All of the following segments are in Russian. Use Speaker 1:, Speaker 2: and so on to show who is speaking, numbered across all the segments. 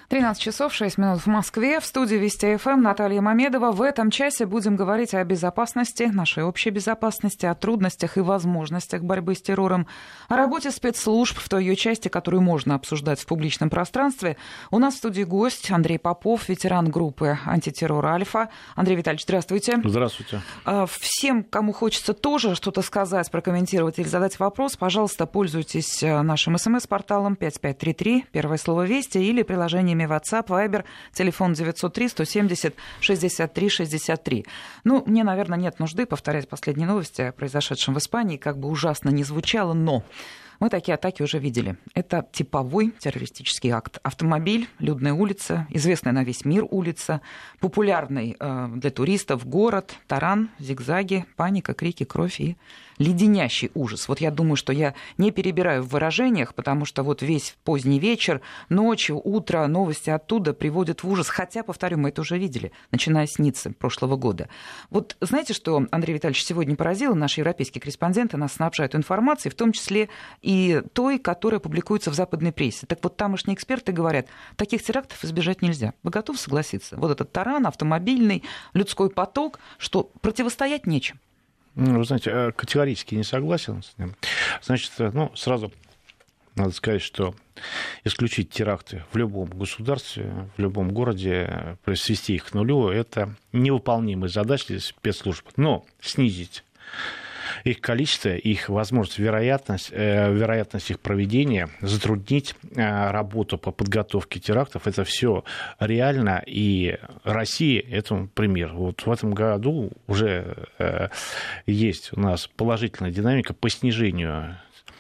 Speaker 1: 13 часов 6 минут в Москве. В студии Вести ФМ Наталья Мамедова. В этом часе будем говорить о безопасности, нашей общей безопасности, о трудностях и возможностях борьбы с террором, о работе спецслужб в той ее части, которую можно обсуждать в публичном пространстве. У нас в студии гость Андрей Попов, ветеран группы антитеррор «Альфа». Андрей Витальевич, здравствуйте.
Speaker 2: Здравствуйте.
Speaker 1: Всем, кому хочется тоже что-то сказать, прокомментировать или задать вопрос, пожалуйста, пользуйтесь нашим СМС-порталом 5533, первое слово «Вести» или приложением WhatsApp, Viber, телефон 903-170-63-63. Мне, наверное, нет нужды повторять последние новости о произошедшем в Испании, как бы ужасно ни звучало, но мы такие атаки уже видели. Это типовой террористический акт. Автомобиль, людная улица, известная на весь мир улица, популярный для туристов город, таран, зигзаги, паника, крики, кровь и леденящий ужас. Я думаю, что я не перебираю в выражениях, потому что весь поздний вечер, ночью, утро, новости оттуда приводят в ужас. Хотя, повторю, мы это уже видели, начиная с Ниццы прошлого года. Знаете, что, Андрей Витальевич, сегодня поразило? Наши европейские корреспонденты нас снабжают информацией, в том числе и той, которая публикуется в западной прессе. Так тамошние эксперты говорят, таких терактов избежать нельзя. Вы готовы согласиться? Этот таран, автомобильный, людской поток, что противостоять нечем.
Speaker 2: Вы знаете, категорически не согласен с ним. Значит, сразу надо сказать, что исключить теракты в любом государстве, в любом городе, свести их к нулю, это невыполнимая задача для спецслужб. Но снизить их количество, их возможность, вероятность их проведения, затруднить работу по подготовке терактов, это все реально, и Россия этому пример. В этом году уже есть у нас положительная динамика по снижению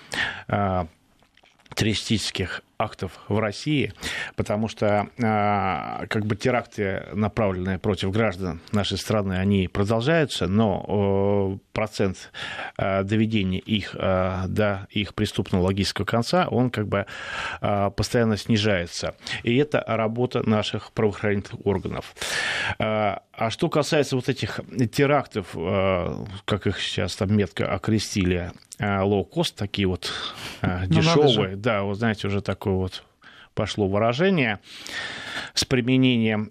Speaker 2: террористических актов в России, потому что теракты, направленные против граждан нашей страны, они продолжаются, но процент доведения их до их преступного логического конца, он постоянно снижается. И это работа наших правоохранительных органов. А что касается этих терактов, как их сейчас там метко окрестили, лоу-кост, такие дешевые, да, знаете, уже такое пошло выражение с применением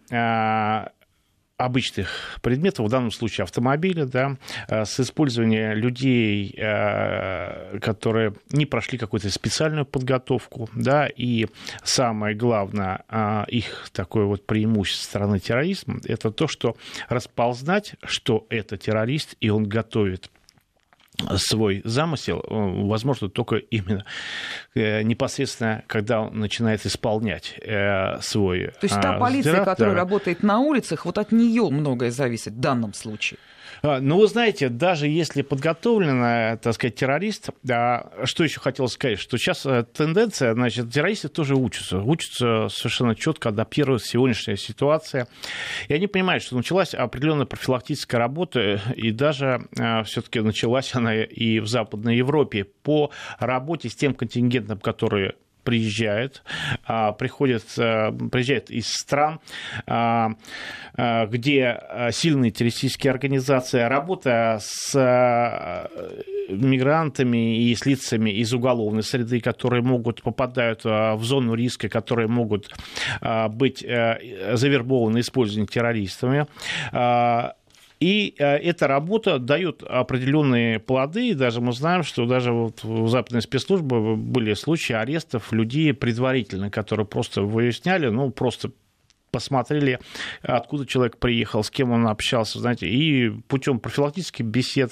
Speaker 2: обычных предметов, в данном случае автомобиля, да, с использованием людей, которые не прошли какую-то специальную подготовку, да, и самое главное, их такое преимущество со стороны терроризма, это то, что распознать, что это террорист, и он готовит свой замысел, возможно, только именно непосредственно, когда он начинает исполнять свой
Speaker 1: То есть та полиция,
Speaker 2: теракт,
Speaker 1: которая работает на улицах, от нее многое зависит в данном случае.
Speaker 2: Вы знаете, даже если подготовленный, террорист, что еще хотел сказать, что сейчас тенденция, террористы тоже учатся совершенно четко адаптировать сегодняшнюю ситуацию, и они понимают, что началась определенная профилактическая работа, и даже все-таки началась она и в Западной Европе по работе с тем контингентом, который приезжает из стран, где сильные террористические организации, работа с мигрантами и с лицами из уголовной среды, которые попадают в зону риска, которые могут быть завербованы, использованы террористами. И эта работа дает определенные плоды, и даже мы знаем, что даже в западной спецслужбе были случаи арестов людей предварительно, которые просто выясняли, просто посмотрели, откуда человек приехал, с кем он общался, знаете, и путем профилактических бесед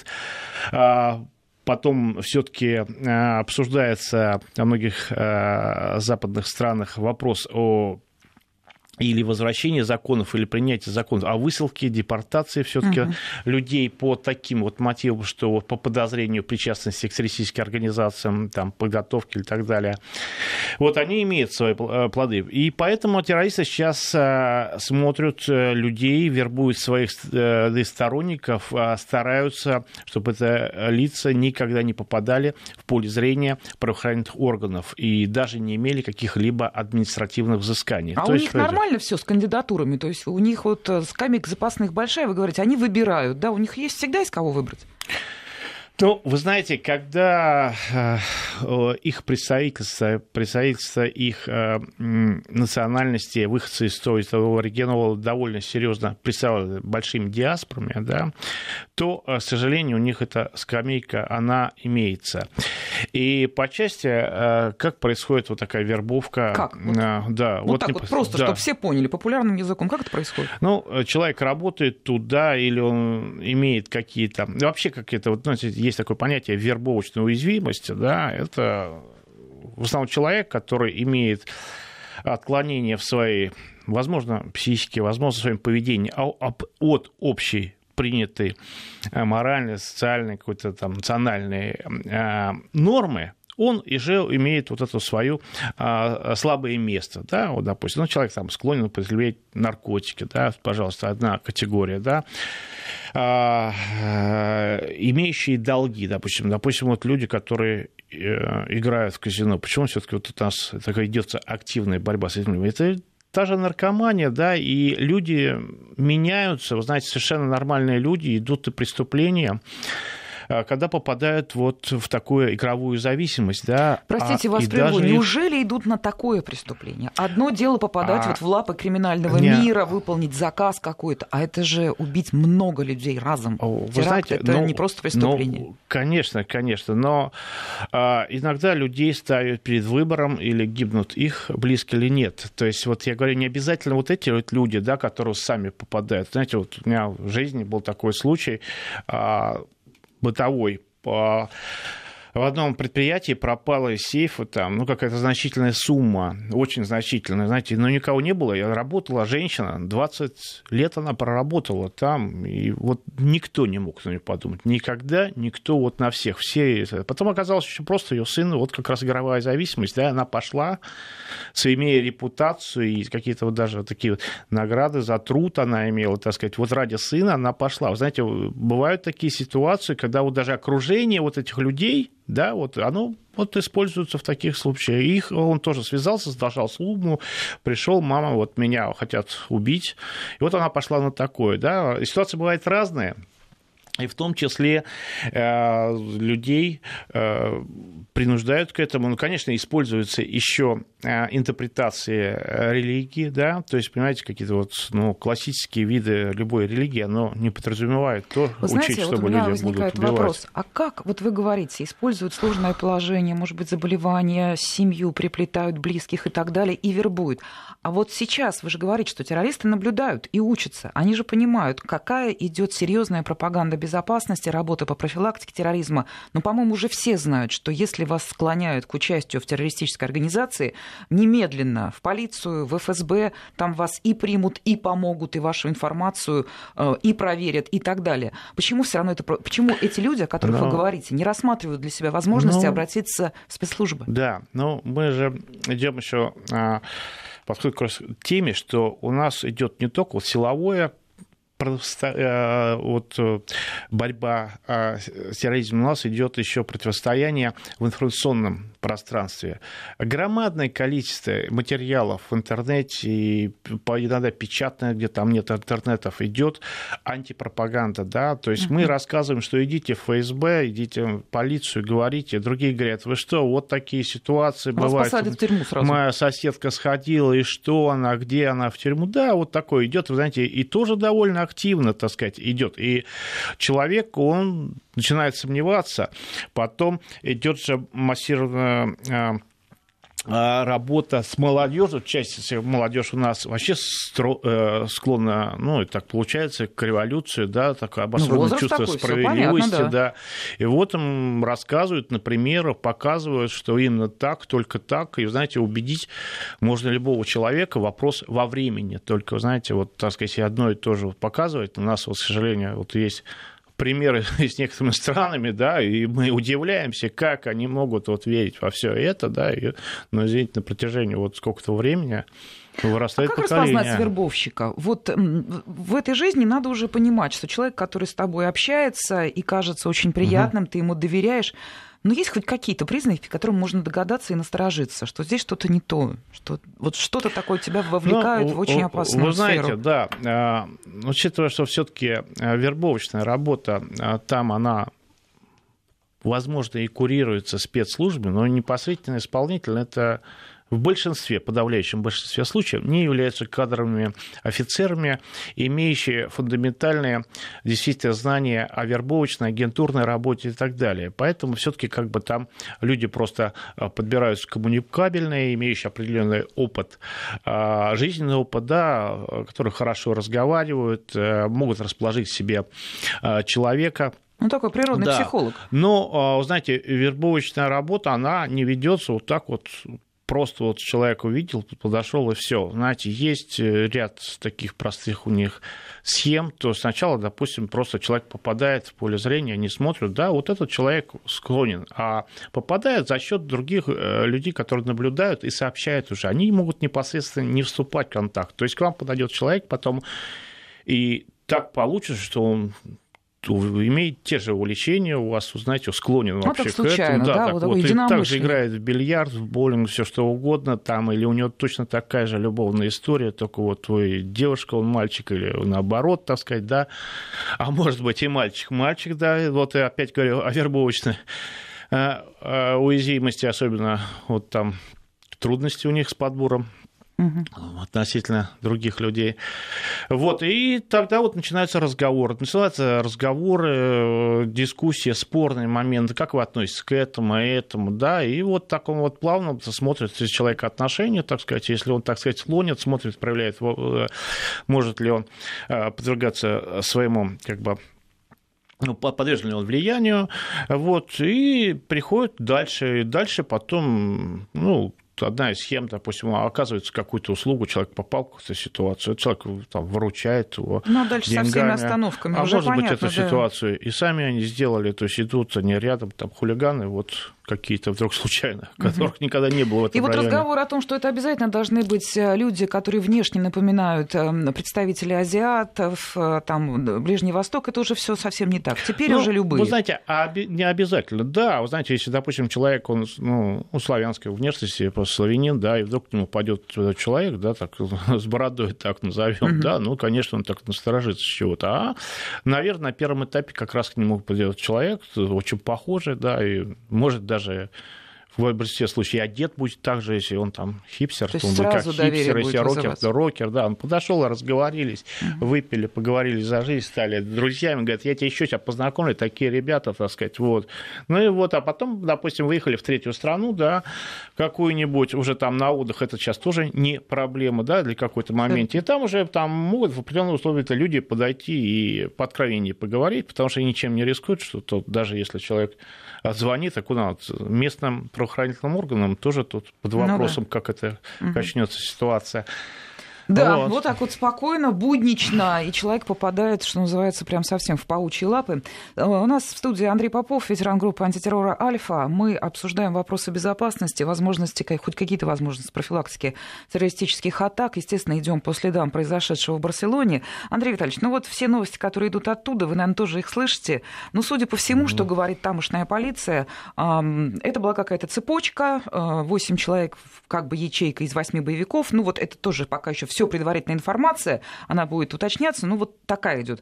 Speaker 2: потом все-таки обсуждается во многих западных странах вопрос о или возвращение законов, или принятие законов, а высылки, депортации все-таки людей по таким мотивам, что по подозрению причастности к террористическим организациям, подготовки и так далее. Они имеют свои плоды. И поэтому террористы сейчас смотрят людей, вербуют своих сторонников, стараются, чтобы это лица никогда не попадали в поле зрения правоохранительных органов и даже не имели каких-либо административных взысканий.
Speaker 1: А у них нормально все с кандидатурами? То есть у них скамейка запасных большая, вы говорите, они выбирают, да? У них всегда из кого выбрать?
Speaker 2: Ну, вы знаете, когда их представительство их национальности, выходцы из того региона довольно серьезно представлены большими диаспорами, да, то, к сожалению, у них эта скамейка, она имеется. И по части, как происходит вот такая вербовка?
Speaker 1: Как?
Speaker 2: Да,
Speaker 1: вот так вот просто, чтобы все поняли популярным языком, как это происходит?
Speaker 2: Ну, человек работает туда, или он имеет какие-то... Вообще, какие-то, вот, знаете, есть такое понятие вербовочной уязвимости, да, это в основном человек, который имеет отклонения в своей, возможно, психике, возможно, в своем поведении от общей принятой моральной, социальной, какой-то там национальной нормы, он уже имеет вот это свое слабое место, да, вот, допустим, ну, человек там склонен употреблять наркотики, да, пожалуйста, одна категория, да, имеющие долги, допустим, вот люди, которые играют в казино, почему все-таки вот у нас такая идет активная борьба с этим? Это та же наркомания, да, и люди меняются, вы знаете, совершенно нормальные люди идут на преступления, когда попадают вот в такую игровую зависимость, да.
Speaker 1: Простите, вас прерву, неужели идут на такое преступление? Одно дело попадать вот в лапы криминального мира, выполнить заказ какой-то, а это же убить много людей разом.
Speaker 2: Вы
Speaker 1: Теракт,
Speaker 2: знаете,
Speaker 1: это не просто преступление.
Speaker 2: Ну, конечно, но иногда людей ставят перед выбором, или гибнут их близкие или нет. То есть, вот я говорю, не обязательно вот эти вот люди, да, которые сами попадают. Знаете, вот у меня в жизни был такой случай, бытовой. В одном предприятии пропала из сейфа там, какая-то значительная сумма, очень значительная, знаете, но никого не было. Я работала женщина, 20 лет она проработала там, и вот никто не мог на нее подумать. Никогда никто вот на всех. Все... Потом оказалось, что просто ее сын, вот как раз игровая зависимость, да, она пошла, имея репутацию и какие-то вот даже такие вот награды за труд она имела, так сказать, вот ради сына она пошла. Вы знаете, бывают такие ситуации, когда вот даже окружение вот этих людей, да, вот оно вот используется в таких случаях. Он тоже связался, задолжал сумму, пришел, мама, вот меня хотят убить. И вот она пошла на такое, да. Ситуация бывает разная. И в том числе людей принуждают к этому. Ну, конечно, используются еще интерпретации религии, да, то есть, понимаете, какие-то вот, классические виды любой религии, оно не подразумевает то,
Speaker 1: вы знаете,
Speaker 2: учить,
Speaker 1: вот
Speaker 2: чтобы
Speaker 1: у меня
Speaker 2: люди
Speaker 1: возникает
Speaker 2: будут убивать.
Speaker 1: Вопрос, а как, вот вы говорите, используют сложное положение, может быть, заболевания, семью приплетают, близких и так далее, и вербуют. А вот сейчас вы же говорите, что террористы наблюдают и учатся. Они же понимают, какая идет серьезная пропаганда безопасности, работа по профилактике терроризма. Но, по-моему, уже все знают, что если вас склоняют к участию в террористической организации, немедленно в полицию, в ФСБ, там вас и примут, и помогут, и вашу информацию, и проверят, и так далее. Почему все равно почему эти люди, о которых вы говорите, не рассматривают для себя возможности обратиться в спецслужбы? Да,
Speaker 2: мы же идем еще подходит к теме, что у нас идет не только силовое борьба с терроризмом, у нас идет еще противостояние в информационном пространстве. Громадное количество материалов в интернете, и иногда печатное, где там нет интернетов, идет антипропаганда, да, то есть мы рассказываем, что идите в ФСБ, идите в полицию, говорите, другие говорят, вы что, вот такие ситуации бывают. Вас
Speaker 1: посадят в тюрьму сразу.
Speaker 2: Моя соседка сходила, и что она, где она, в тюрьму, да, вот такое идет, вы знаете, и тоже довольно активно, так сказать, идет. И человек, он начинает сомневаться, потом идет же массированная работа с молодежью, часть молодежь у нас вообще склонна, и так получается, к революции, да, такое обособленное чувство такой, справедливости, понятно, да. И вот им рассказывают на примерах, показывают, что именно так, только так, и, знаете, убедить можно любого человека, вопрос во времени, только, знаете, вот, так сказать, одно и то же показывать, у нас, вот, к сожалению, вот есть примеры с некоторыми странами, да, и мы удивляемся, как они могут вот верить во все это, да, но, извините, на протяжении вот сколько-то времени вырастает поколение.
Speaker 1: Как распознать вербовщика? Вот в этой жизни надо уже понимать, что человек, который с тобой общается и кажется очень приятным, ты ему доверяешь, но есть хоть какие-то признаки, по которым можно догадаться и насторожиться, что здесь что-то не то, что вот что-то такое тебя вовлекает в очень опасную сферу.
Speaker 2: Вы знаете, да, учитывая, что все-таки вербовочная работа, там она возможно, и курируется спецслужбами, но непосредственно исполнитель это в большинстве, подавляющем большинстве случаев, не являются кадровыми офицерами, имеющие фундаментальные действительно знания о вербовочной, агентурной работе и так далее. Поэтому все-таки как бы там люди просто подбираются коммуникабельные, имеющие определенный опыт, жизненный опыт, да, которые хорошо разговаривают, могут расположить себе человека.
Speaker 1: Ну, такой природный психолог.
Speaker 2: Но, знаете, вербовочная работа, она не ведется вот так вот. Просто вот человек увидел, подошел и все. Знаете, есть ряд таких простых у них схем, то сначала, допустим, просто человек попадает в поле зрения, они смотрят, да, вот этот человек склонен, а попадает за счет других людей, которые наблюдают и сообщают уже. Они могут непосредственно не вступать в контакт. То есть к вам подойдет человек, потом и так получится, что он имеет те же увлечения у вас, знаете, склонен вообще
Speaker 1: так случайно,
Speaker 2: к этому.
Speaker 1: да,
Speaker 2: так
Speaker 1: вот
Speaker 2: и также играет в бильярд, в боулинг, все что угодно, там, или у него точно такая же любовная история, только вот вы девушка, он мальчик, или наоборот, так сказать, да, а может быть и мальчик, да, вот я опять говорю о вербовочной уязвимости, особенно вот там трудности у них с подбором относительно других людей. Вот, и тогда вот начинаются разговоры. Начинаются разговоры, дискуссии, спорные моменты, как вы относитесь к этому, да, и вот таком вот плавно смотрит человек отношения, так сказать, если он, так сказать, склонит, смотрит, проявляет, может ли он подвергаться своему, как бы, подвержен ли он влиянию, вот, и приходит дальше, и дальше потом, одна из схем, допустим, оказывается какую-то услугу, человек попал в какую-то ситуацию, человек там выручает его
Speaker 1: дальше
Speaker 2: деньгами.
Speaker 1: Со всеми остановками уже
Speaker 2: может
Speaker 1: понятно,
Speaker 2: быть, эту ситуацию и сами они сделали, то есть идут они рядом, там, хулиганы, вот какие-то вдруг случайно, которых никогда не было в этом районе.
Speaker 1: И вот разговор о том, что это обязательно должны быть люди, которые внешне напоминают представителей азиатов, там, Ближний Восток, это уже все совсем не так. Теперь уже любые.
Speaker 2: Вы знаете, не обязательно. Да, вы знаете, если, допустим, человек, он у славянской внешности, просто славянин, да, и вдруг к нему пойдет человек, да, так, с бородой, так назовем, да, конечно, он так насторожится с чего-то. А, наверное, на первом этапе как раз к нему подойдет человек, очень похожий, да, и может даже в большинстве случаев одет будет так же, если он там хипстер, то он будет как хипстер, если рокер, да, он подошел, разговорились, выпили, поговорили за жизнь, стали друзьями, говорят, я тебе еще тебя познакомлю, такие ребята, так сказать, вот. Ну и вот, а потом, допустим, выехали в третью страну, да, какую-нибудь, уже там на отдых, это сейчас тоже не проблема, да, для какой-то моменте, и там уже там могут в определенных условиях люди подойти и по откровении поговорить, потому что они ничем не рискуют, что даже если человек звонит, а куда местным правоохранительным органам тоже тут под вопросом, как это качнется ситуация.
Speaker 1: Да, вот так вот спокойно, буднично, и человек попадает, что называется, прям совсем в паучьи лапы. У нас в студии Андрей Попов, ветеран группы антитеррора «Альфа». Мы обсуждаем вопросы безопасности, возможности, хоть какие-то возможности профилактики террористических атак. Естественно, идем по следам произошедшего в Барселоне. Андрей Витальевич, вот все новости, которые идут оттуда, вы, наверное, тоже их слышите. Но, судя по всему, что говорит тамошняя полиция, это была какая-то цепочка, 8 человек, как бы ячейка из 8 боевиков. Вот это тоже пока еще все предварительная информация, она будет уточняться, вот такая идет.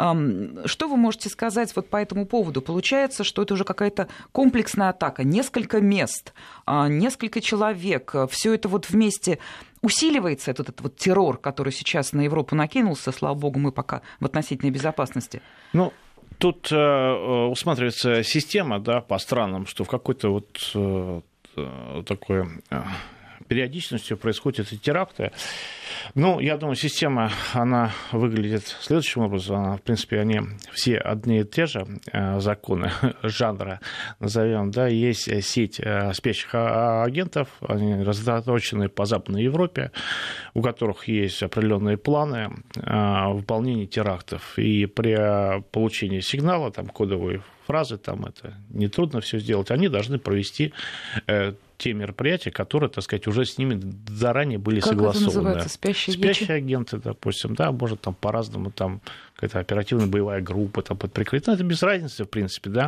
Speaker 1: Что вы можете сказать вот по этому поводу? Получается, что это уже какая-то комплексная атака, несколько мест, несколько человек, все это вот вместе усиливается, этот вот террор, который сейчас на Европу накинулся, слава богу, мы пока в относительной безопасности.
Speaker 2: Тут усматривается система, да, по странам, что в какой-то вот такой периодичностью происходят эти теракты. Я думаю, система, она выглядит следующим образом. В принципе, они все одни и те же законы жанра, назовем, да, есть сеть спящих агентов, они рассредоточены по Западной Европе, у которых есть определенные планы выполнения терактов. И при получении сигнала, там, кодовой фразы, там это нетрудно все сделать, они должны провести те мероприятия, которые, так сказать, уже с ними заранее были согласованы. Как это называется? Спящие агенты, допустим, да, может, там по-разному, там какая-то оперативная боевая группа там под прикрытием. Это без разницы, в принципе, да.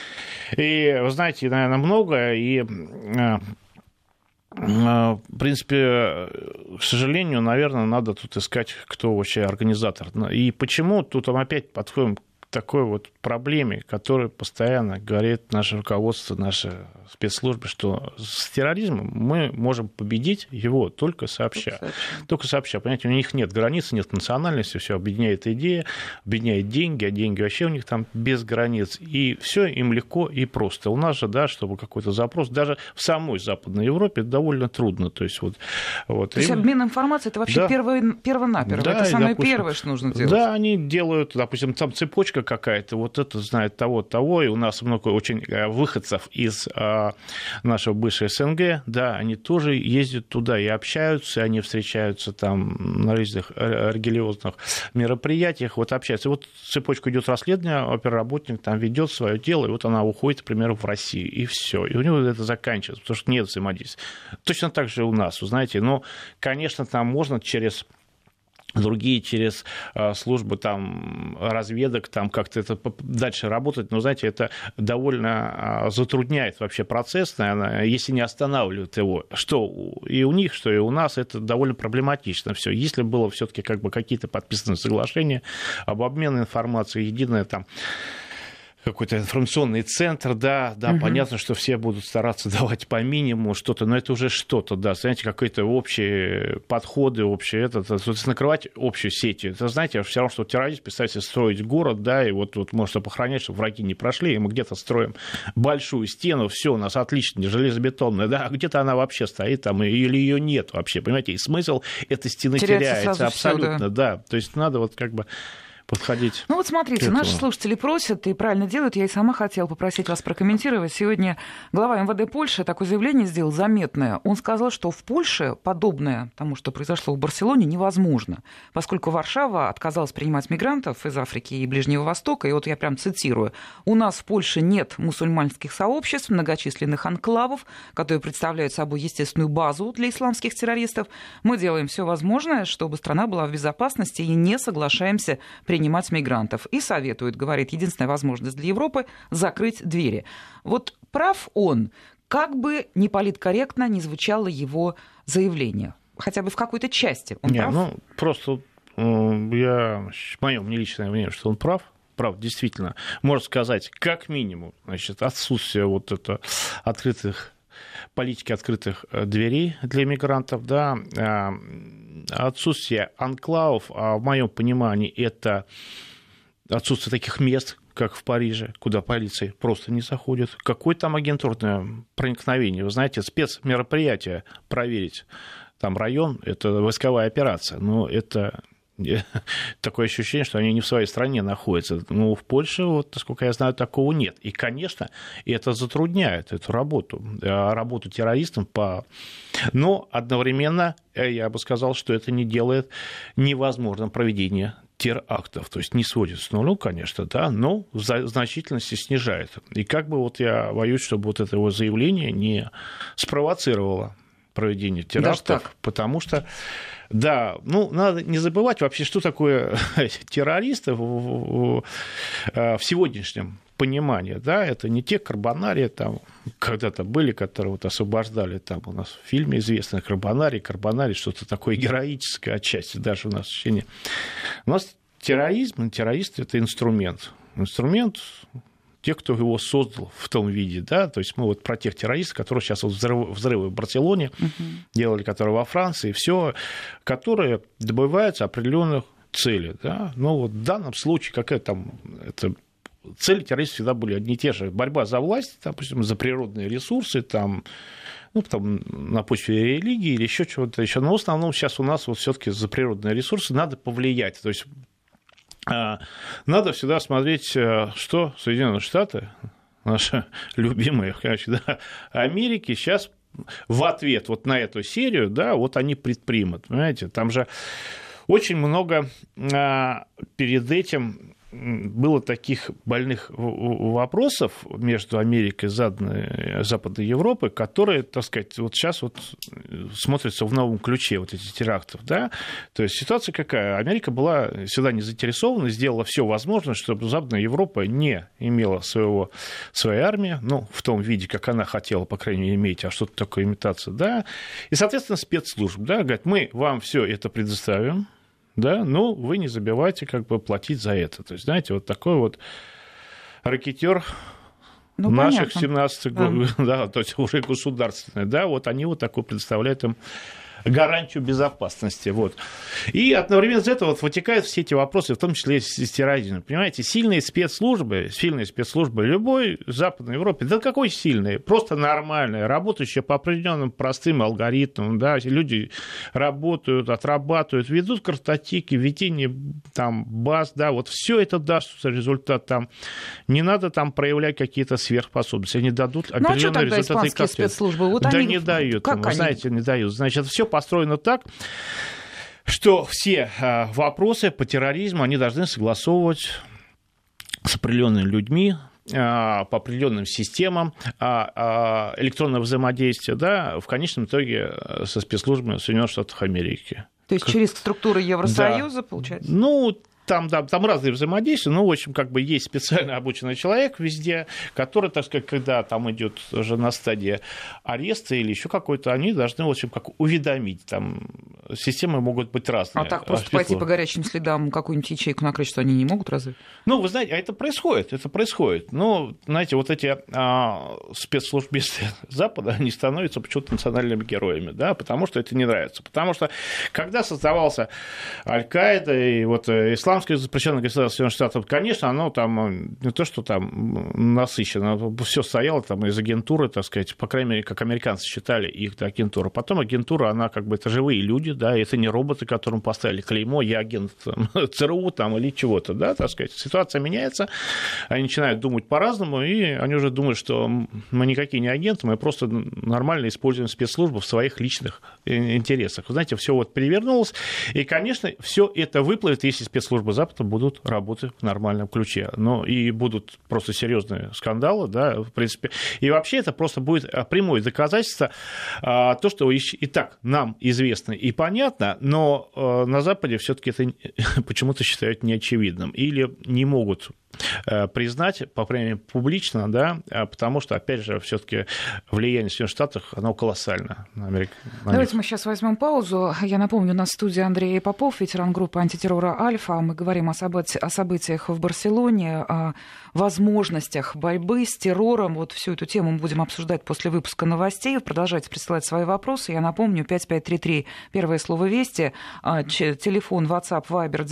Speaker 2: И, вы знаете, наверное, много, и в принципе, к сожалению, наверное, надо тут искать, кто вообще организатор. И почему? Тут мы опять подходим такой вот проблеме, которая постоянно говорит наше руководство, наши спецслужбы, что с терроризмом мы можем победить его только сообща. Только сообща. Понимаете, у них нет границ, нет национальности, все объединяет идея, объединяет деньги, а деньги вообще у них там без границ. И все им легко и просто. У нас же, да, чтобы какой-то запрос, даже в самой Западной Европе довольно трудно. То есть, вот,
Speaker 1: То есть обмен информацией — это вообще первонаперво.
Speaker 2: Да,
Speaker 1: это самое первое, что нужно делать.
Speaker 2: Да, они делают, допустим, там цепочка какая-то, вот это знает того, и у нас много очень выходцев из нашего бывшего СНГ, да, они тоже ездят туда и общаются, и они встречаются там на разных религиозных мероприятиях, вот общаются. И вот цепочка идет расследование, оперработник там ведет свое дело, и вот она уходит, к примеру, в Россию, и все. И у него это заканчивается, потому что нет взаимодействия. Точно так же у нас, вы знаете, но, конечно, там можно через службы там, разведок, там как-то это дальше работать, но, знаете, это довольно затрудняет вообще процесс, наверное, если не останавливают его, что и у них, что и у нас, это довольно проблематично все. Если было все-таки как бы какие-то подписаны соглашения об обмене информацией, единое там какой-то информационный центр, да, понятно, что все будут стараться давать по минимуму что-то, но это уже что-то, да, знаете, какие-то общие подходы, накрывать общую сетью. Это, знаете, все равно, что террорист, представьте, строить город, да, и вот может охранять, чтобы враги не прошли, и мы где-то строим большую стену, все у нас отлично, железобетонная, да, а где-то она вообще стоит там, или ее нет вообще, понимаете, и смысл этой стены теряется абсолютно, да, то есть надо вот как бы подходить.
Speaker 1: Ну вот смотрите, наши слушатели просят и правильно делают. Я и сама хотела попросить вас прокомментировать. Сегодня глава МВД Польши такое заявление сделал заметное. Он сказал, что в Польше подобное тому, что произошло в Барселоне, невозможно, поскольку Варшава отказалась принимать мигрантов из Африки и Ближнего Востока. И вот я прям цитирую. «У нас в Польше нет мусульманских сообществ, многочисленных анклавов, которые представляют собой естественную базу для исламских террористов. Мы делаем все возможное, чтобы страна была в безопасности, и не соглашаемся принимать мигрантов». И советует, говорит, единственная возможность для Европы — закрыть двери. Вот прав он, как бы не политкорректно не звучало его заявление, хотя бы в какой-то части. Он прав?
Speaker 2: Ну, просто мое личное мнение, что он прав, действительно. Можно сказать, как минимум, значит, отсутствие вот это политики открытых дверей для мигрантов, да, отсутствие анклавов, а в моем понимании это отсутствие таких мест, как в Париже, куда полиция просто не заходит. Какое там агентурное проникновение? Вы знаете, спецмероприятие проверить там район, это войсковая операция, но это такое ощущение, что они не в своей стране находятся. Но в Польше, вот, насколько я знаю, такого нет. И, конечно, это затрудняет эту работу террористам. Но одновременно я бы сказал, что это не делает невозможным проведение терактов. То есть не сводит с нуля, конечно, да, но в значительности снижает. И как бы вот я боюсь, чтобы вот это его заявление не спровоцировало проведение терактов, потому что, да, надо не забывать вообще, что такое террористы в сегодняшнем понимании, да, это не те карбонарии, там, когда-то были, которые вот освобождали, там, у нас в фильме известно карбонарий, что-то такое героическое отчасти, даже у нас ощущение. У нас террорист – это инструмент, те, кто его создал в том виде, да, то есть мы вот про тех террористов, которые сейчас вот взрывы в Барселоне делали, которые во Франции, все, которые добиваются определенных целей, да, но вот в данном случае какая там цели террористов всегда были одни и те же: борьба за власть, допустим, за природные ресурсы, там, потом на почве религии или еще чего-то еще, но в основном сейчас у нас вот все-таки за природные ресурсы надо повлиять, то есть надо всегда смотреть, что Соединенные Штаты, наши любимые, конечно, да, Америки, сейчас в ответ вот на эту серию, да, вот они предпримут, понимаете, там же очень много перед этим было таких больных вопросов между Америкой и Западной Европой, которые, так сказать, вот сейчас вот смотрятся в новом ключе, вот эти терактов, да, то есть ситуация какая? Америка была всегда не заинтересована, сделала все возможное, чтобы Западная Европа не имела своей армии, в том виде, как она хотела, по крайней мере, иметь, а что-то такое имитация, да, и, соответственно, спецслужб, да, говорят, мы вам все это предоставим, да, но вы не забивайте как бы платить за это. То есть, знаете, вот такой вот ракетёр наших 17-х годов, да, то есть уже государственный, да, вот они вот такой представляют им гарантию безопасности. Вот. И одновременно с этого вот вытекают все эти вопросы, в том числе и с терроризмом. Понимаете, сильные спецслужбы любой Западной Европе, да какой сильные, просто нормальные, работающие по определенным простым алгоритмам, да, люди работают, отрабатывают, ведут картотеки, введение там баз, да, вот все это даст результат там. Не надо там проявлять какие-то сверхспособности, они дадут определенные результаты.
Speaker 1: Испанские спецслужбы? Вот
Speaker 2: да
Speaker 1: они...
Speaker 2: не дают,
Speaker 1: вы
Speaker 2: знаете, не дают. Значит, все построено так, что все вопросы по терроризму они должны согласовывать с определенными людьми, по определенным системам электронного взаимодействия, да, в конечном итоге со спецслужбами Соединенных Штатов Америки.
Speaker 1: То есть через структуры Евросоюза, да, получается?
Speaker 2: Ну, там разные взаимодействия, но, в общем, как бы есть специально обученный человек везде, который, так сказать, когда там идет уже на стадии ареста или еще какой-то, они должны, в общем, как уведомить. Там системы могут быть разные.
Speaker 1: А так просто пойти по горячим следам какую-нибудь ячейку накрыть, что они не могут разве?
Speaker 2: Ну, вы знаете, это происходит. Но, знаете, вот эти спецслужбисты Запада, они становятся почему-то национальными героями, да, потому что это не нравится. Потому что, когда создавался Аль-Каида и вот исламское запрещенное государство Соединенных Штатов, конечно, оно там не то, что там насыщено, все стояло там из агентуры, так сказать, по крайней мере, как американцы считали их агентура. Потом агентура, она как бы это живые люди, да, это не роботы, которым поставили клеймо, я агент там, ЦРУ там, или чего-то, да, так сказать. Ситуация меняется, они начинают думать по-разному, и они уже думают, что мы никакие не агенты, мы просто нормально используем спецслужбы в своих личных интересах. Вы знаете, все вот перевернулось, и, конечно, все это выплывет, если спецслужбы Запада будут работать в нормальном ключе. Ну, и будут просто серьезные скандалы, да, в принципе. И вообще это просто будет прямое доказательство, то, что и так нам известно и понятно, но на Западе все-таки это почему-то считают неочевидным или не могут признать, по крайней мере, публично, да, потому что, опять же, все-таки влияние в Соединенных Штатах, оно колоссально.
Speaker 1: Давайте мы сейчас возьмем паузу. Я напомню, у нас в студии Андрей Попов, ветеран группы антитеррора «Альфа». Мы говорим о событиях в Барселоне, о возможностях борьбы с террором. Вот всю эту тему мы будем обсуждать после выпуска новостей. Продолжайте присылать свои вопросы. Я напомню, 5533, первое слово «Вести», телефон WhatsApp, Viber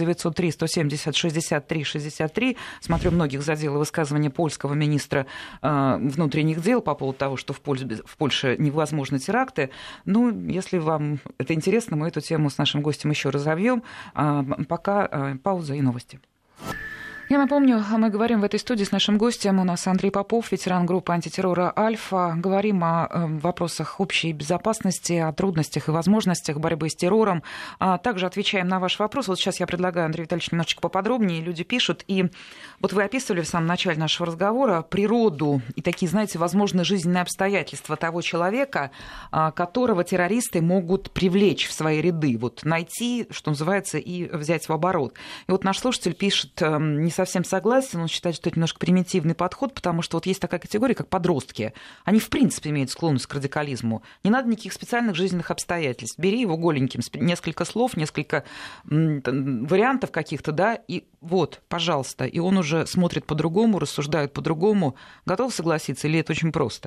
Speaker 1: 903-170-63-63. Смотрю, многих задело высказывание польского министра внутренних дел по поводу того, что в Польше невозможны теракты. Ну, если вам это интересно, мы эту тему с нашим гостем еще разовьем. Пока пауза и новости. Я напомню, мы говорим в этой студии с нашим гостем. У нас Андрей Попов, ветеран группы антитеррора «Альфа». Говорим о вопросах общей безопасности, о трудностях и возможностях борьбы с террором. Также отвечаем на ваш вопрос. Вот сейчас я предлагаю, Андрей Витальевич, немножечко поподробнее. Люди пишут. И вот вы описывали в самом начале нашего разговора природу и такие, знаете, возможные жизненные обстоятельства того человека, которого террористы могут привлечь в свои ряды. Вот найти, что называется, и взять в оборот. И вот наш слушатель пишет, не совсем согласен, он считает, что это немножко примитивный подход, потому что вот есть такая категория, как подростки. Они, в принципе, имеют склонность к радикализму. Не надо никаких специальных жизненных обстоятельств. Бери его голеньким, несколько слов, несколько вариантов каких-то, да, и вот, пожалуйста. И он уже смотрит по-другому, рассуждает по-другому. Готов согласиться или это очень просто?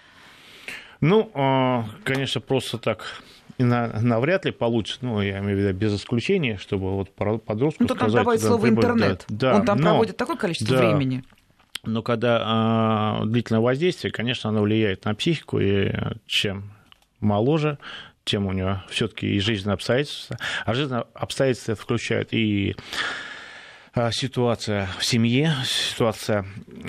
Speaker 2: Ну, конечно, просто так навряд ли получится, ну, я имею в виду без исключения, чтобы вот подростку
Speaker 1: сказать... Ну, то там добавить слово «интернет». Да, он там проводит такое количество времени.
Speaker 2: Но когда длительное воздействие, конечно, оно влияет на психику, и чем моложе, тем у него все-таки и жизненные обстоятельства. А жизненные обстоятельства это включают и ситуация в семье, ситуация...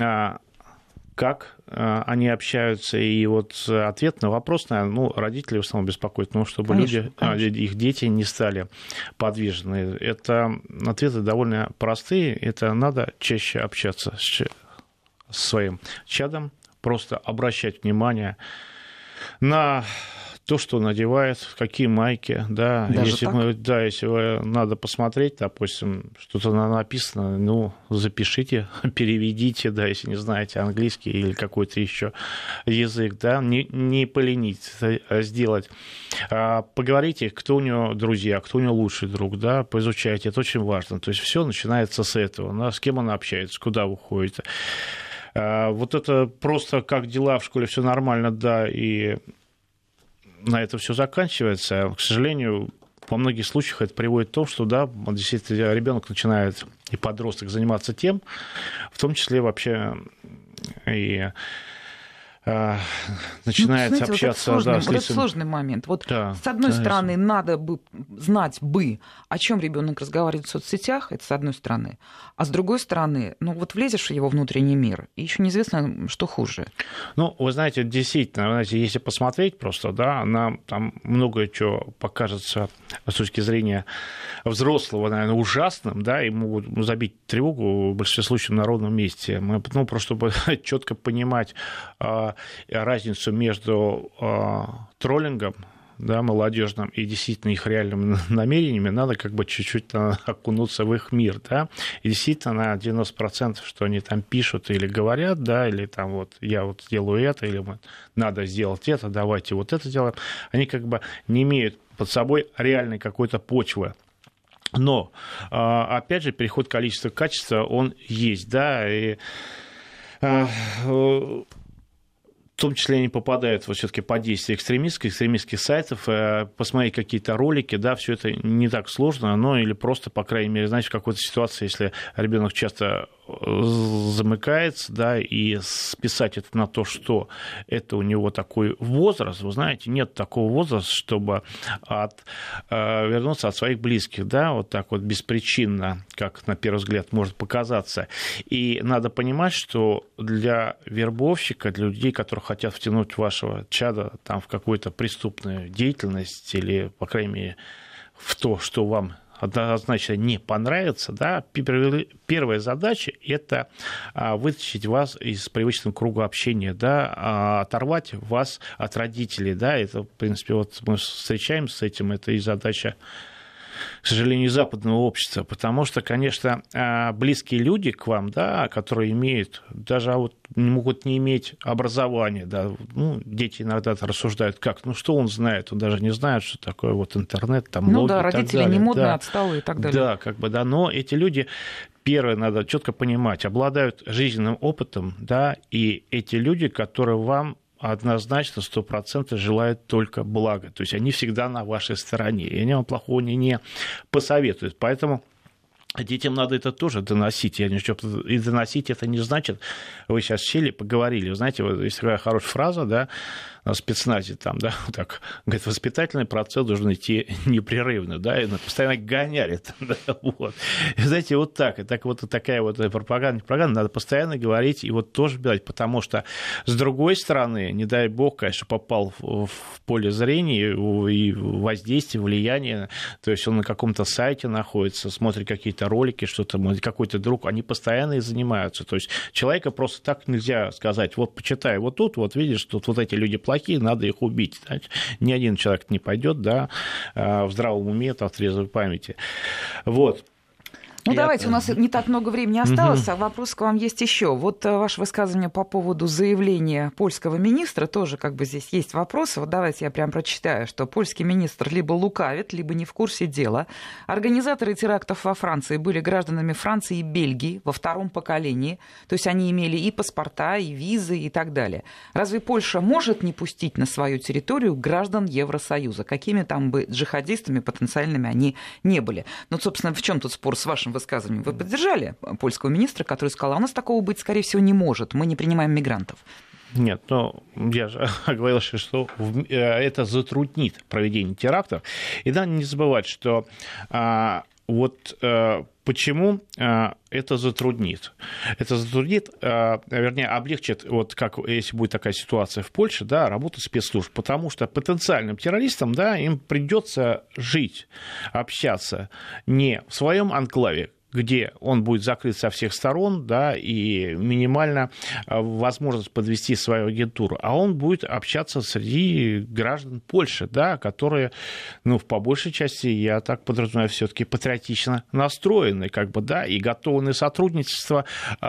Speaker 2: как они общаются, и вот ответ на вопрос, наверное, ну, родители в основном беспокоят, ну, чтобы конечно. Их дети не стали подвижны. Это ответы довольно простые, это надо чаще общаться с своим чадом, просто обращать внимание на то, что он одевает, какие майки, да, если надо посмотреть, допустим, что-то написано, ну, запишите, переведите, да, если не знаете английский или какой-то еще язык, да, не поленитесь сделать. Поговорите, кто у него друзья, кто у него лучший друг, да, поизучайте, это очень важно. То есть все начинается с этого, да, с кем он общается, куда вы ходите. Вот это просто как дела в школе, все нормально, да, и на это все заканчивается. К сожалению, во многих случаях это приводит к тому, что, да, действительно, ребенок начинает и подросток заниматься тем, в том числе вообще и начинает общаться,
Speaker 1: вот это
Speaker 2: с лицом.
Speaker 1: Это сложный момент. Вот с одной стороны, надо бы знать о чем ребенок разговаривает в соцсетях, это с одной стороны, а с другой стороны, ну вот влезешь в его внутренний мир, и еще неизвестно, что хуже.
Speaker 2: Ну, вы знаете, действительно, если посмотреть просто, да, нам там многое чего покажется с точки зрения взрослого, наверное, ужасным, да, и могут забить тревогу в большинстве случаев на ровном месте. Мы, просто чтобы четко понимать разницу между троллингом, да, молодежным и действительно их реальными намерениями, надо как бы чуть-чуть окунуться в их мир, да, и действительно на 90%, что они там пишут или говорят, да, или там вот я вот делаю это, или надо сделать это, давайте вот это делаем, они как бы не имеют под собой реальной какой-то почвы. Но, опять же, переход количества к качеству, он есть, да, и в том числе они попадают вот все-таки под действие экстремистских сайтов, посмотреть какие-то ролики, да, все это не так сложно, но или просто, по крайней мере, знаете, в какой-то ситуации, если ребенок часто замыкается, да, и списать это на то, что это у него такой возраст, вы знаете, нет такого возраста, чтобы вернуться от своих близких, да, вот так вот беспричинно, как на первый взгляд может показаться. И надо понимать, что для вербовщика, для людей, которые хотят втянуть вашего чада там, в какую-то преступную деятельность или, по крайней мере, в то, что вам однозначно не понравится, да, первая задача – это вытащить вас из привычного круга общения, да, оторвать вас от родителей, да, это, в принципе, вот мы встречаемся с этим, это и задача, к сожалению, западного общества, потому что, конечно, близкие люди к вам, да, которые имеют, даже вот могут не иметь образования, да, ну, дети иногда рассуждают, как, ну, что он знает, он даже не знает, что такое вот интернет, там,
Speaker 1: ну, да, родители не модные,
Speaker 2: да,
Speaker 1: отсталые и так далее.
Speaker 2: Да, как бы, да, но эти люди, первое, надо четко понимать, обладают жизненным опытом, да, и эти люди, которые вам однозначно 100% желают только блага. То есть они всегда на вашей стороне, и они вам плохого не посоветуют. Поэтому детям надо это тоже доносить. И доносить это не значит, вы сейчас сели, поговорили. Вы знаете, вот есть такая хорошая фраза, да, на спецназе, там, да, вот так, говорит, воспитательный процесс должен идти непрерывно, да, и постоянно гонялит, да, вот. И, знаете, вот так, и так вот такая вот пропаганда, надо постоянно говорить и вот тоже брать, потому что, с другой стороны, не дай бог, конечно, попал в поле зрения и воздействие, влияние, то есть он на каком-то сайте находится, смотрит какие-то ролики, что-то, какой-то друг, они постоянно и занимаются, то есть человека просто так нельзя сказать, вот почитай, вот тут, вот видишь, тут вот эти люди плохие, надо их убить. Знаете? Ни один человек не пойдет, да, в здравом уме, в трезвой памяти. Вот.
Speaker 1: Ну, давайте, у нас не так много времени осталось, а вопрос к вам есть еще. Вот ваше высказывание по поводу заявления польского министра, тоже как бы здесь есть вопросы. Вот давайте я прям прочитаю, что польский министр либо лукавит, либо не в курсе дела. Организаторы терактов во Франции были гражданами Франции и Бельгии во втором поколении, то есть они имели и паспорта, и визы, и так далее. Разве Польша может не пустить на свою территорию граждан Евросоюза, какими там бы джихадистами потенциальными они не были? Ну, собственно, в чем тут спор с вашим высказыванием? Вы поддержали польского министра, который сказал, а у нас такого быть, скорее всего, не может, мы не принимаем мигрантов?
Speaker 2: Нет, но я же говорил, что это затруднит проведение терактов. И надо не забывать, что вот почему это затруднит? Это затруднит, вернее, облегчит, вот как если будет такая ситуация в Польше, да, работу спецслужб, потому что потенциальным террористам, да, им придется жить, общаться не в своем анклаве, где он будет закрыт со всех сторон, да, и минимально возможность подвести свою агентуру, а он будет общаться среди граждан Польши, да, которые, ну, по большей части, я так подразумеваю, все-таки патриотично настроены, как бы, да, и готовы на сотрудничество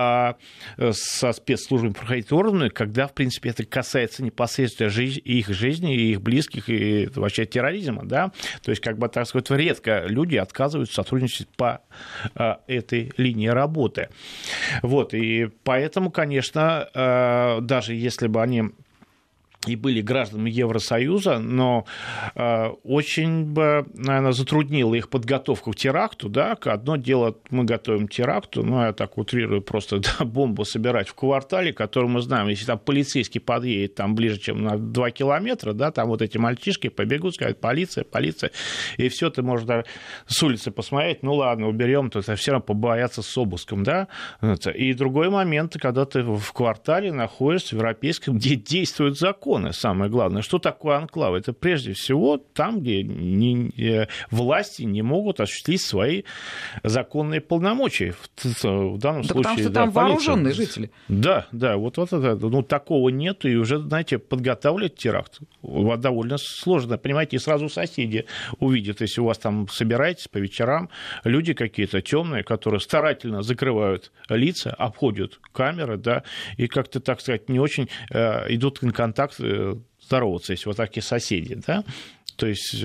Speaker 2: со спецслужбами проходить органы, когда, в принципе, это касается непосредственно их жизни, и их близких, и вообще терроризма, да, то есть, как бы, так сказать, редко люди отказываются сотрудничать по этой линии работы. Вот, и поэтому, конечно, даже если бы они и были гражданами Евросоюза, но очень бы, наверное, затруднила их подготовку к теракту. Да? Одно дело, мы готовим к теракту, ну, я так утрирую, просто да, бомбу собирать в квартале, который мы знаем, если там полицейский подъедет там ближе, чем на 2 километра, да, там вот эти мальчишки побегут, скажут: полиция, полиция, и все, ты можешь даже с улицы посмотреть, ну ладно, уберем, то все равно побояться с обыском, да. И другой момент, когда ты в квартале находишься в европейском, где действуют законы. Самое главное, что такое анклав? Это прежде всего там, где власти не могут осуществить свои законные полномочия. В данном случае,
Speaker 1: потому что там вооруженные жители.
Speaker 2: Да, вот это, ну, такого нет, и уже, знаете, подготавливать теракт довольно сложно. Понимаете, и сразу соседи увидят, если у вас там собираетесь по вечерам, люди какие-то темные, которые старательно закрывают лица, обходят камеры, да, и как-то, так сказать, не очень идут на контакт здороваться, если вот такие соседи, да, то есть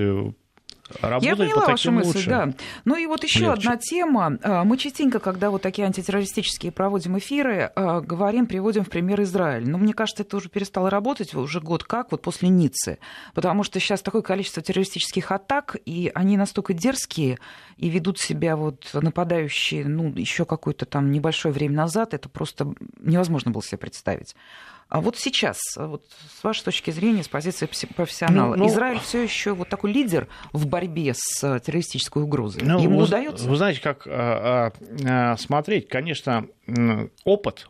Speaker 1: я поняла вашу мысль, да. Ну и вот еще одна тема. Мы частенько, когда вот такие антитеррористические проводим эфиры, приводим в пример Израиль. Но мне кажется, это уже перестало работать уже год как, вот после Ниццы. Потому что сейчас такое количество террористических атак, и они настолько дерзкие и ведут себя вот нападающие, ну, еще какое-то там небольшое время назад, это просто невозможно было себе представить. А вот сейчас, вот с вашей точки зрения, с позиции профессионала, Израиль все еще вот такой лидер в борьбе с террористической угрозой? Ему удается?
Speaker 2: Вы знаете, как смотреть, конечно, опыт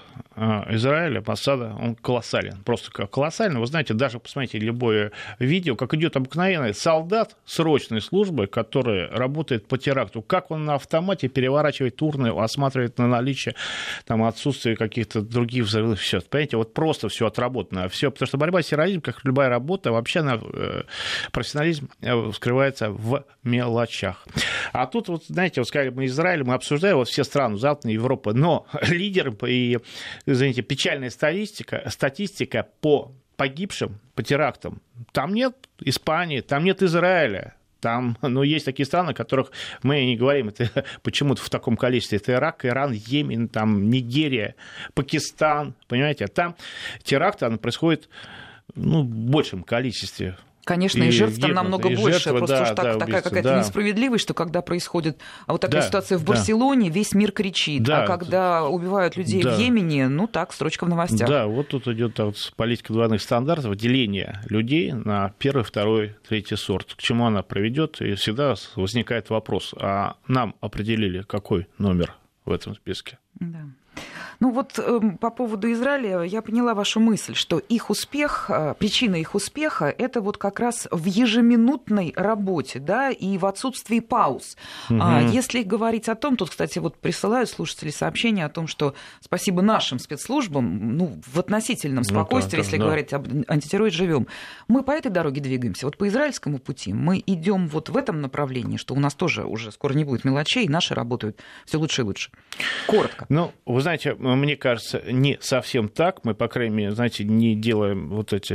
Speaker 2: Израиля, Асада, он колоссален, просто колоссальный. Вы знаете, даже посмотрите любое видео, как идет обыкновенный солдат срочной службы, который работает по теракту, как он на автомате переворачивает урны, осматривает на наличие, там, отсутствие каких-то других взрывов, все, понимаете, вот просто все отработано, все, потому что борьба с терроризмом, как любая работа, вообще профессионализм скрывается в мелочах. А тут, вот, знаете, вот сказали мы Израиль, мы обсуждаем вот все страны Западной Европы, но лидеры и, извините, печальная статистика по погибшим, по терактам, там нет Испании, там нет Израиля. Там, ну, есть такие страны, о которых мы не говорим, это почему-то в таком количестве. Это Ирак, Иран, Йемен, там, Нигерия, Пакистан, понимаете? А там теракты происходят, ну, в большем количестве.
Speaker 1: Конечно, и жертв там намного больше. Просто уж такая какая-то несправедливость, что когда происходит вот такая ситуация в Барселоне, весь мир кричит. А когда убивают людей в Йемене, ну так, строчка в новостях.
Speaker 2: Да, вот тут идет политика двойных стандартов, деление людей на первый, второй, третий сорт. К чему она приведет? И всегда возникает вопрос, а нам определили, какой номер в этом списке?
Speaker 1: Да. Ну вот по поводу Израиля я поняла вашу мысль, что их успех, причина их успеха, это вот как раз в ежеминутной работе, да, и в отсутствии пауз. Угу. Если говорить о том, тут, кстати, вот присылают слушатели сообщения о том, что спасибо нашим спецслужбам, ну, в относительном спокойствии, если говорить об антитерроре, живем. Мы по этой дороге двигаемся, вот по израильскому пути мы идем вот в этом направлении, что у нас тоже уже скоро не будет мелочей, наши работают все лучше и лучше. Коротко.
Speaker 2: Ну, вы знаете, мне кажется, не совсем так. Мы, по крайней мере, знаете, не делаем вот эти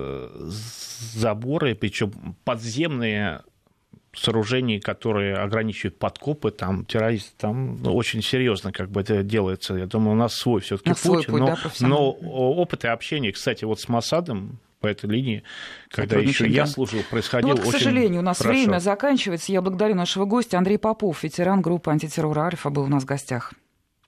Speaker 2: заборы, причем подземные сооружения, которые ограничивают подкопы, там, террористы, там очень серьезно как бы это делается. Я думаю, у нас свой все-таки путь, но опыт и общение, кстати, вот с Моссадом по этой линии, когда еще я служил, происходило очень
Speaker 1: к сожалению, у нас время заканчивается. Я благодарю нашего гостя. Андрей Попов, ветеран группы антитеррора Альфа, был у нас в гостях.